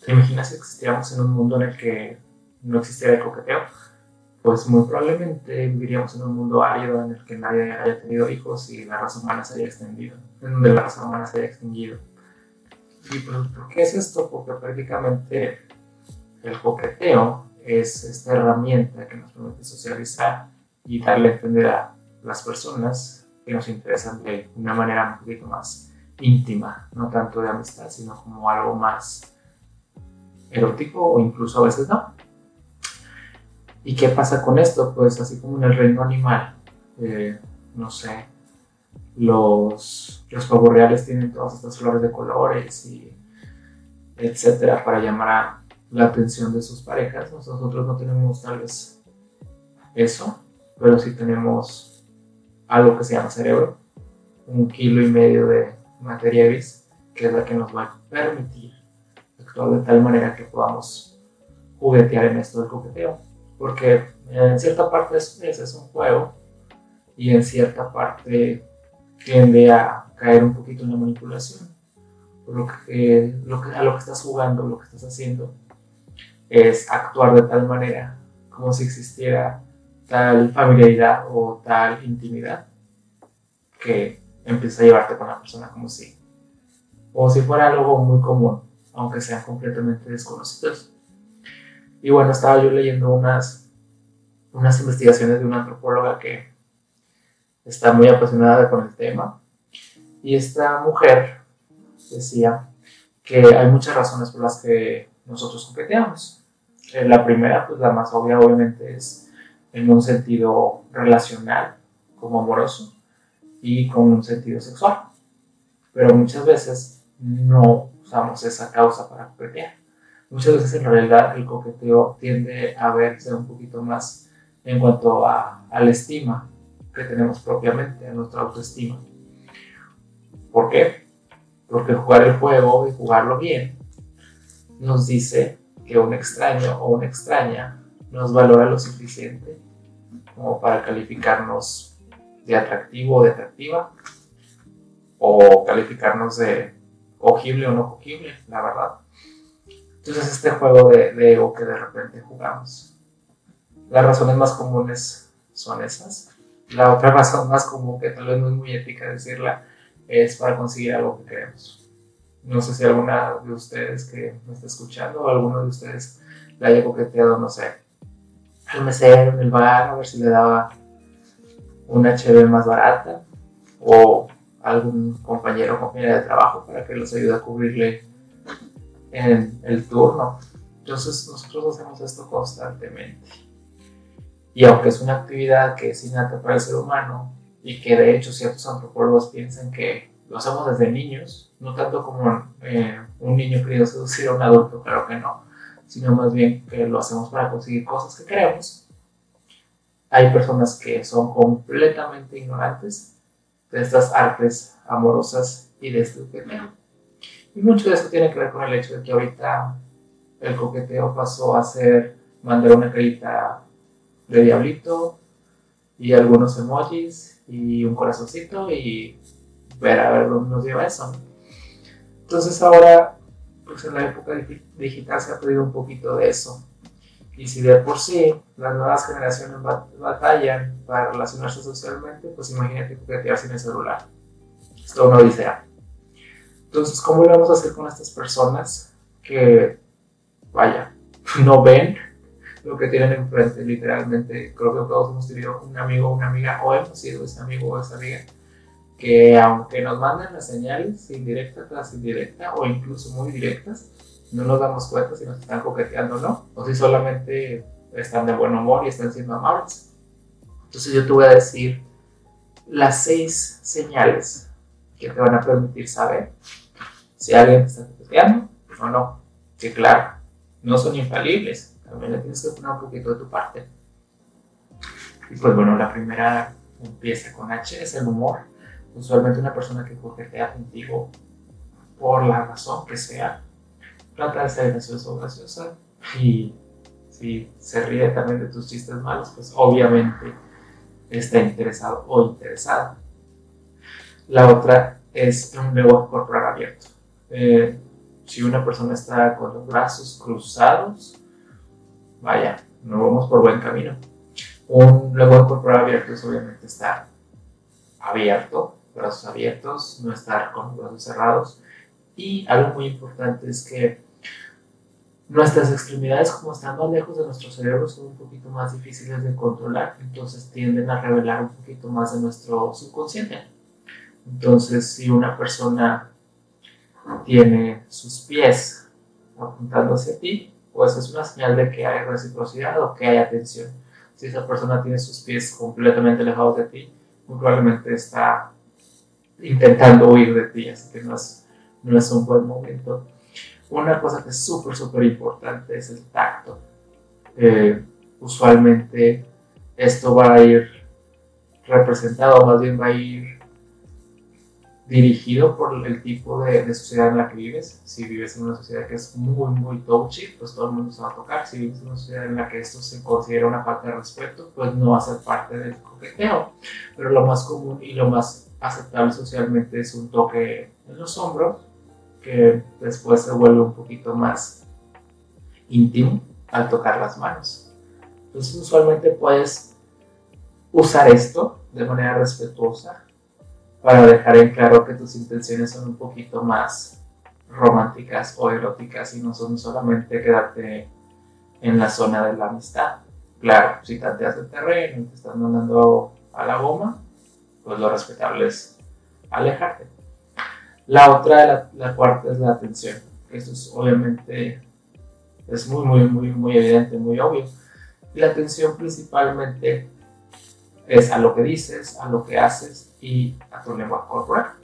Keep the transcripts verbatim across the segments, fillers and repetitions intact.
¿Te imaginas si existiéramos en un mundo en el que no existiera el coqueteo? Pues muy probablemente viviríamos en un mundo árido en el que nadie haya tenido hijos y la raza humana se haya extendido, en donde la raza humana se haya extinguido. ¿Y pues, por qué es esto? Porque prácticamente el coqueteo es esta herramienta que nos permite socializar y darle a entender a las personas que nos interesan de una manera un poquito más íntima, no tanto de amistad, sino como algo más erótico o incluso a veces no. ¿Y qué pasa con esto? Pues así como en el reino animal, eh, no sé, los, los pavos reales tienen todas estas flores de colores y etcétera para llamar a la atención de sus parejas. Nosotros no tenemos tal vez eso, pero sí tenemos algo que se llama cerebro, un kilo y medio de materia gris, que es la que nos va a permitir actuar de tal manera que podamos juguetear en esto del coqueteo. Porque en cierta parte es, es un juego y en cierta parte tiende a caer un poquito en la manipulación. Por lo que, lo que, a lo que estás jugando, lo que estás haciendo es actuar de tal manera como si existiera tal familiaridad o tal intimidad que empieza a llevarte con la persona como si, como si fuera algo muy común, aunque sean completamente desconocidos. Y bueno, estaba yo leyendo unas, unas investigaciones de una antropóloga que está muy apasionada con el tema. Y esta mujer decía que hay muchas razones por las que nosotros coqueteamos. Eh, la primera, pues la más obvia, obviamente, es en un sentido relacional, como amoroso, y con un sentido sexual. Pero muchas veces no usamos esa causa para coquetear. Muchas veces en realidad el coqueteo tiende a verse un poquito más en cuanto a, a la estima que tenemos propiamente, a nuestra autoestima. ¿Por qué? Porque jugar el juego y jugarlo bien nos dice que un extraño o una extraña nos valora lo suficiente como para calificarnos de atractivo o de atractiva, o calificarnos de cogible o no cogible, la verdad. Entonces este juego de, de ego que de repente jugamos. Las razones más comunes son esas. La otra razón más común, que tal vez no es muy ética decirla, es para conseguir algo que queremos. No sé si alguna de ustedes que me está escuchando o alguno de ustedes le haya coqueteado, no sé, al mesero en el bar a ver si le daba una cheve más barata, o algún compañero o compañera de trabajo para que los ayude a cubrirle en el turno. Entonces nosotros hacemos esto constantemente. Y aunque es una actividad que es innata para el ser humano y que de hecho ciertos antropólogos piensan que lo hacemos desde niños, no tanto como eh, un niño queriendo seducir a un adulto, claro que no, sino más bien que lo hacemos para conseguir cosas que queremos. Hay personas que son completamente ignorantes de estas artes amorosas y de este coqueteo. Y mucho de eso tiene que ver con el hecho de que ahorita el coqueteo pasó a ser mandar una carita de diablito y algunos emojis y un corazoncito y ver a ver dónde nos lleva eso. Entonces ahora, pues en la época digital se ha perdido un poquito de eso. Y si de por sí las nuevas generaciones batallan para relacionarse socialmente, pues imagínate coquetear sin el celular. Esto no dice A. Entonces, ¿cómo lo vamos a hacer con estas personas que, vaya, no ven lo que tienen enfrente? Literalmente, creo que todos hemos tenido un amigo o una amiga, o hemos sido ese amigo o esa amiga, que aunque nos mandan las señales indirecta tras indirecta, o incluso muy directas, no nos damos cuenta si nos están coqueteando o no, o si solamente están de buen humor y están siendo amables. Entonces yo te voy a decir las seis señales que te van a permitir saber si alguien te está coqueteando o no. Que claro, no son infalibles, también le tienes que poner un poquito de tu parte. Y pues bueno, la primera empieza con H, es el humor. Usualmente una persona que coquetea contigo, por la razón que sea, trata de ser gracioso o graciosa, y si se ríe también de tus chistes malos, pues obviamente está interesado o interesada. La otra es un lenguaje corporal abierto. Eh, Si una persona está con los brazos cruzados, vaya, no vamos por buen camino. Un lenguaje corporal abierto es obviamente estar abierto, brazos abiertos, no estar con los brazos cerrados. Y algo muy importante es que nuestras extremidades, como están más lejos de nuestro cerebro, son un poquito más difíciles de controlar, entonces tienden a revelar un poquito más de nuestro subconsciente. Entonces, si una persona tiene sus pies apuntando hacia ti, pues es una señal de que hay reciprocidad o que hay atención. Si esa persona tiene sus pies completamente alejados de ti, muy probablemente está intentando huir de ti, así que no es, no es un buen momento. Una cosa que es súper, súper importante es el tacto. Eh, usualmente esto va a ir representado, más bien va a ir dirigido por el tipo de, de sociedad en la que vives. Si vives en una sociedad que es muy, muy touchy, pues todo el mundo se va a tocar. Si vives en una sociedad en la que esto se considera una falta de respeto, pues no va a ser parte del coqueteo. Pero lo más común y lo más aceptable socialmente es un toque en los hombros, que después se vuelve un poquito más íntimo al tocar las manos. Entonces usualmente puedes usar esto de manera respetuosa para dejar en claro que tus intenciones son un poquito más románticas o eróticas y no son solamente quedarte en la zona de la amistad. Claro, si tanteas el terreno y te están mandando a la goma, pues lo respetable es alejarte. La otra, la, la cuarta es la atención. Esto es obviamente, es muy, muy, muy, muy evidente, muy obvio. Y la atención principalmente es a lo que dices, a lo que haces y a tu lenguaje corporal.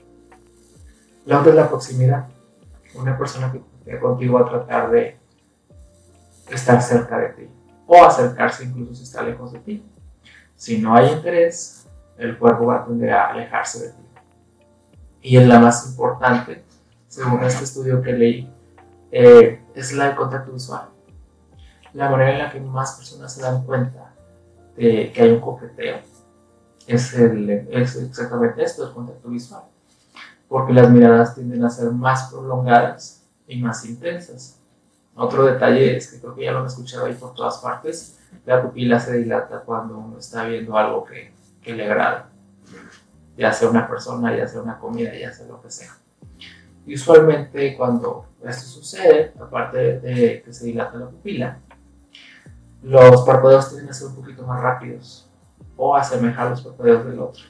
La otra es la proximidad. Una persona que esté contigo va a tratar de estar cerca de ti o acercarse incluso si está lejos de ti. Si no hay interés, el cuerpo va a tender a alejarse de ti. Y es la más importante, según este estudio que leí, eh, es la de contacto visual. La manera en la que más personas se dan cuenta de que hay un coqueteo es, el, es exactamente esto, el contacto visual. Porque las miradas tienden a ser más prolongadas y más intensas. Otro detalle es que creo que ya lo han escuchado ahí por todas partes, la pupila se dilata cuando uno está viendo algo que, que le agrada. Ya sea una persona, ya sea una comida, ya sea lo que sea. Y usualmente cuando esto sucede, aparte de que se dilata la pupila, los parpadeos tienden a ser un poquito más rápidos o asemejar los parpadeos del otro.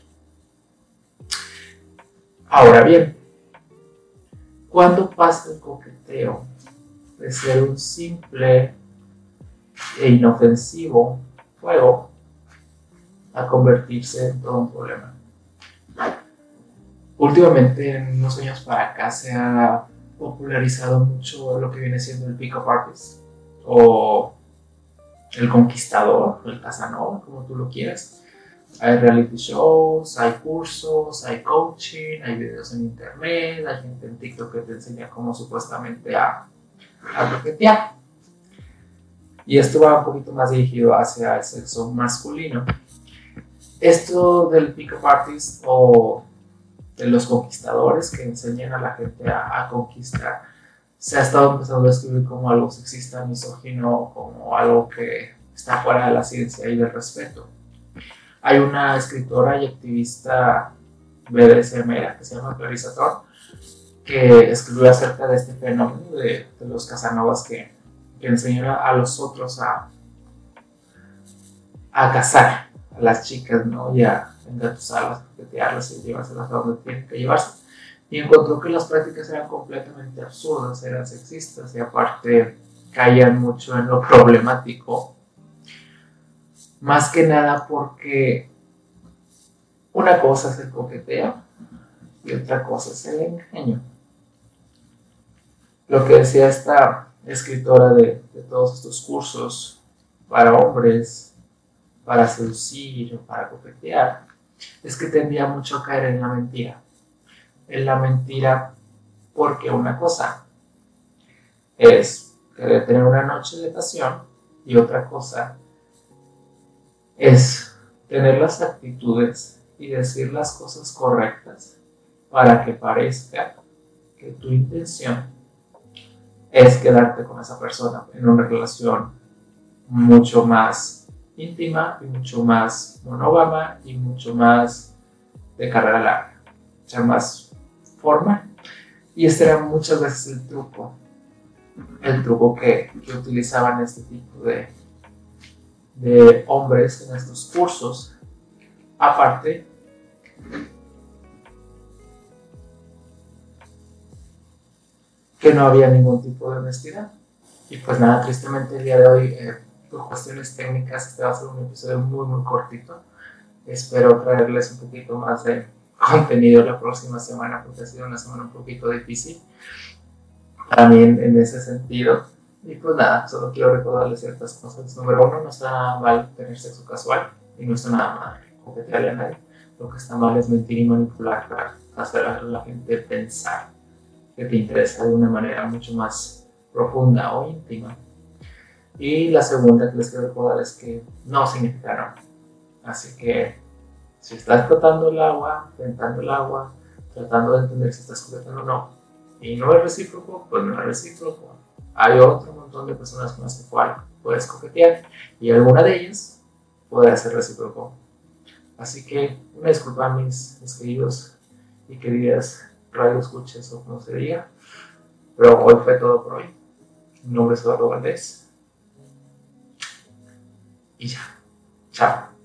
Ahora bien, ¿cuándo pasa el coqueteo de ser un simple e inofensivo juego a convertirse en todo un problema? Últimamente, en unos años para acá, se ha popularizado mucho lo que viene siendo el pick-up artist o el conquistador, el Casanova, como tú lo quieras. Hay reality shows, hay cursos, hay coaching, hay videos en internet, hay gente en TikTok que te enseña cómo supuestamente a, a coquetear. Y esto va un poquito más dirigido hacia el sexo masculino. Esto del pick-up artist o de los conquistadores que enseñan a la gente a, a conquistar se ha estado empezando a describir como algo sexista, misógino, como algo que está fuera de la ciencia y del respeto. Hay una escritora y activista B D S M que se llama Clarissa Thorne, que escribió acerca de este fenómeno de, de los Casanovas que, que enseñan a los otros a, a cazar a las chicas, ¿no? Y a engatusarlas, coquetearlas y llevárselas a donde tienen que llevarse. Y encontró que las prácticas eran completamente absurdas, eran sexistas y aparte caían mucho en lo problemático. Más que nada porque una cosa es el coqueteo y otra cosa es el engaño. Lo que decía esta escritora de, de todos estos cursos para hombres, para seducir o para coquetear, es que tendía mucho a caer en la mentira. En la mentira porque una cosa es querer tener una noche de pasión y otra cosa es tener las actitudes y decir las cosas correctas para que parezca que tu intención es quedarte con esa persona en una relación mucho más íntima y mucho más monógama y mucho más de carrera larga, o sea, más formal. Y este era muchas veces el truco, el truco que, que utilizaban este tipo de, de hombres en estos cursos. Aparte, que no había ningún tipo de honestidad. Y pues nada, tristemente el día de hoy, eh, por cuestiones técnicas, este va a ser un episodio muy, muy cortito. Espero traerles un poquito más de contenido la próxima semana, porque ha sido una semana un poquito difícil también en ese sentido. Y pues nada, solo quiero recordarles ciertas cosas. Número uno, no está nada mal tener sexo casual y no está nada mal coquetearle a nadie. Lo que está mal es mentir y manipular para hacer a la gente pensar que te interesa de una manera mucho más profunda o íntima. Y la segunda que les quiero recordar es que no significa no. Así que si estás tratando el agua, tentando el agua, tratando de entender si estás coqueteando o no, y no es recíproco, pues no es recíproco. Hay otro montón de personas con las que puedes coquetear y alguna de ellas puede ser recíproco. Así que una disculpa a mis, mis queridos y queridas radio escuchas o como se diga, pero hoy fue todo por hoy. Mi nombre es Eduardo Valdés y ya, chao.